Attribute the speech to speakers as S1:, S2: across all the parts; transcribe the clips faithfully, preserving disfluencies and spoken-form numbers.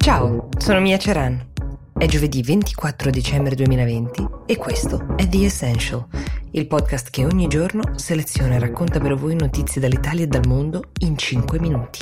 S1: Ciao, sono Mia Ceran. È giovedì ventiquattro dicembre duemilaventi e questo è The Essential, il podcast che ogni giorno seleziona e racconta per voi notizie dall'Italia e dal mondo in cinque minuti.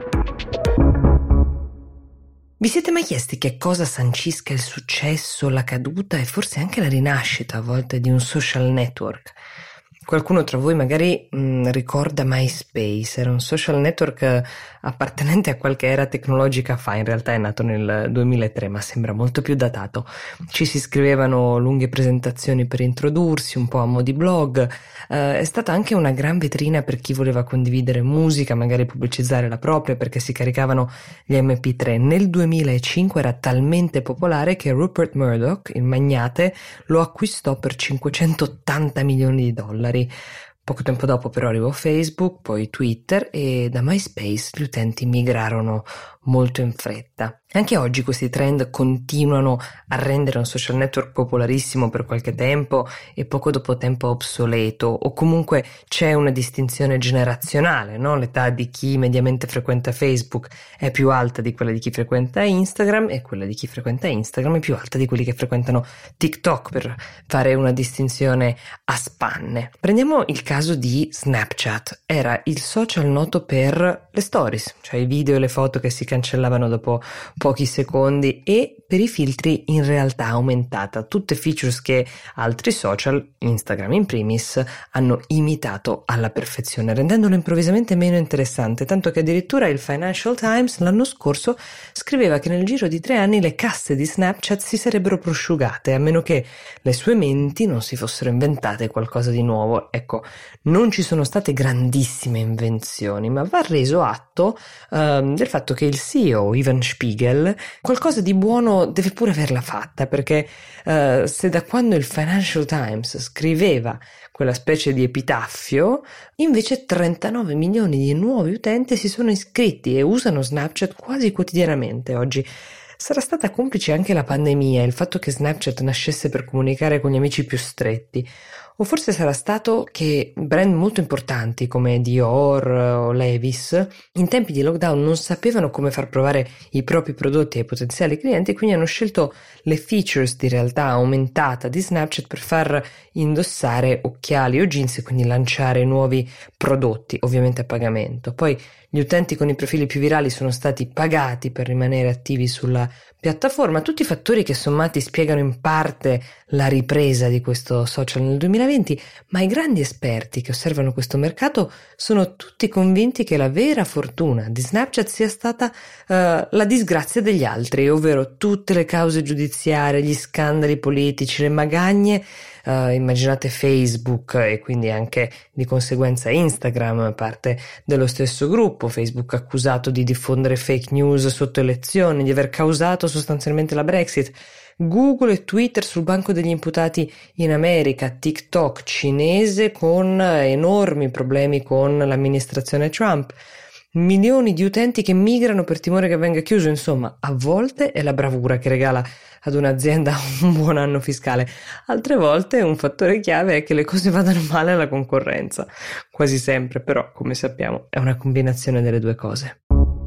S1: Vi siete mai chiesti che cosa sancisca il successo, la caduta e forse anche la rinascita a volte di un social network? Qualcuno tra voi magari mh, ricorda MySpace, era un social network appartenente a qualche era tecnologica fa, in realtà è nato nel duemilatré, ma sembra molto più datato. Ci si scrivevano lunghe presentazioni per introdursi, un po' a mo' di blog, eh, è stata anche una gran vetrina per chi voleva condividere musica, magari pubblicizzare la propria, perché si caricavano gli emme pi tre. Nel duemilacinque era talmente popolare che Rupert Murdoch, il magnate, lo acquistò per cinquecentottanta milioni di dollari. Poco tempo dopo però arrivò Facebook, poi Twitter e da MySpace gli utenti migrarono molto in fretta. Anche oggi questi trend continuano a rendere un social network popolarissimo per qualche tempo e poco dopo tempo obsoleto, o comunque c'è una distinzione generazionale, no? L'età di chi mediamente frequenta Facebook è più alta di quella di chi frequenta Instagram e quella di chi frequenta Instagram è più alta di quelli che frequentano TikTok, per fare una distinzione a spanne. Prendiamo il caso di Snapchat. Era il social noto per le stories, cioè i video e le foto che si cancellavano dopo pochi secondi, e per i filtri in realtà aumentata, tutte features che altri social, Instagram in primis, hanno imitato alla perfezione, rendendolo improvvisamente meno interessante, tanto che addirittura il Financial Times l'anno scorso scriveva che nel giro di tre anni le casse di Snapchat si sarebbero prosciugate, a meno che le sue menti non si fossero inventate qualcosa di nuovo. Ecco, non ci sono state grandissime invenzioni, ma va reso atto uh, del fatto che il C E O, Evan Spiegel, qualcosa di buono deve pure averla fatta, perché uh, se da quando il Financial Times scriveva quella specie di epitaffio, invece trentanove milioni di nuovi utenti si sono iscritti e usano Snapchat quasi quotidianamente oggi. Sarà stata complice anche la pandemia, il fatto che Snapchat nascesse per comunicare con gli amici più stretti, o forse sarà stato che brand molto importanti come Dior o Levi's in tempi di lockdown non sapevano come far provare i propri prodotti ai potenziali clienti e quindi hanno scelto le features di realtà aumentata di Snapchat per far indossare occhiali o jeans e quindi lanciare nuovi prodotti, ovviamente a pagamento. Poi gli utenti con i profili più virali sono stati pagati per rimanere attivi sulla piattaforma, tutti fattori che sommati spiegano in parte la ripresa di questo social nel duemilaventi, ma i grandi esperti che osservano questo mercato sono tutti convinti che la vera fortuna di Snapchat sia stata uh, la disgrazia degli altri, ovvero tutte le cause giudiziarie, gli scandali politici, le magagne. Uh, immaginate Facebook e quindi anche di conseguenza Instagram, parte dello stesso gruppo. Facebook accusato di diffondere fake news sotto elezioni, di aver causato sostanzialmente la Brexit. Google e Twitter sul banco degli imputati in America, TikTok cinese con enormi problemi con l'amministrazione Trump. Milioni di utenti che migrano per timore che venga chiuso. Insomma, a volte è la bravura che regala ad un'azienda un buon anno fiscale, altre volte un fattore chiave è che le cose vadano male alla concorrenza. Quasi sempre, però, come sappiamo, è una combinazione delle due cose.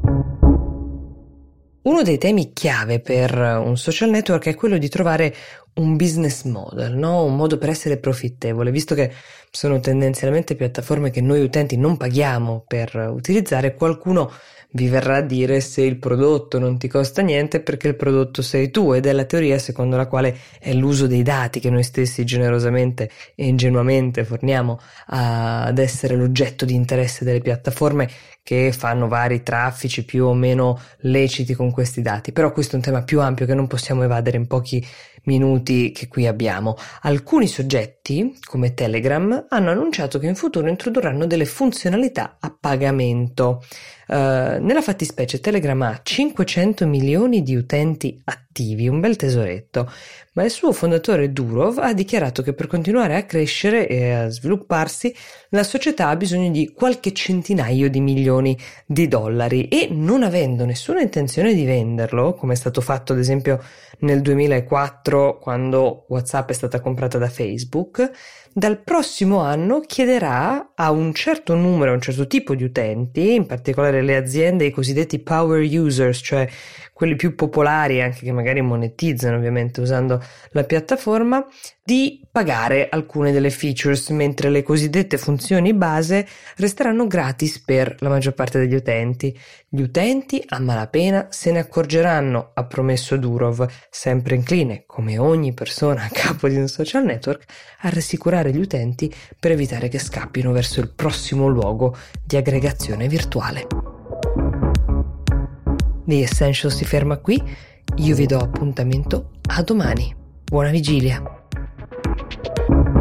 S1: Uno dei temi chiave per un social network è quello di trovare un business model, no? Un modo per essere profittevole, visto che sono tendenzialmente piattaforme che noi utenti non paghiamo per utilizzare. Qualcuno vi verrà a dire se il prodotto non ti costa niente perché il prodotto sei tu, ed è la teoria secondo la quale è l'uso dei dati che noi stessi generosamente e ingenuamente forniamo ad essere l'oggetto di interesse delle piattaforme che fanno vari traffici più o meno leciti con questi dati. Però questo è un tema più ampio che non possiamo evadere in pochi minuti che qui abbiamo. Alcuni soggetti, come Telegram, hanno annunciato che in futuro introdurranno delle funzionalità a pagamento. Uh, nella fattispecie Telegram ha cinquecento milioni di utenti attivi, un bel tesoretto, ma il suo fondatore Durov ha dichiarato che per continuare a crescere e a svilupparsi la società ha bisogno di qualche centinaio di milioni di dollari, e non avendo nessuna intenzione di venderlo, come è stato fatto ad esempio nel duemilaquattro quando WhatsApp è stata comprata da Facebook, dal prossimo anno chiederà a un certo numero, a un certo tipo di utenti, in particolare le aziende, i cosiddetti power users, cioè quelli più popolari, anche che magari monetizzano ovviamente usando la piattaforma, di pagare alcune delle features, mentre le cosiddette funzioni base resteranno gratis per la maggior parte degli utenti. Gli utenti a malapena se ne accorgeranno, ha promesso Durov, sempre incline, come ogni persona a capo di un social network, a rassicurare gli utenti per evitare che scappino verso il prossimo luogo di aggregazione virtuale. The Essential si ferma qui, io vi do appuntamento a domani. Buona vigilia!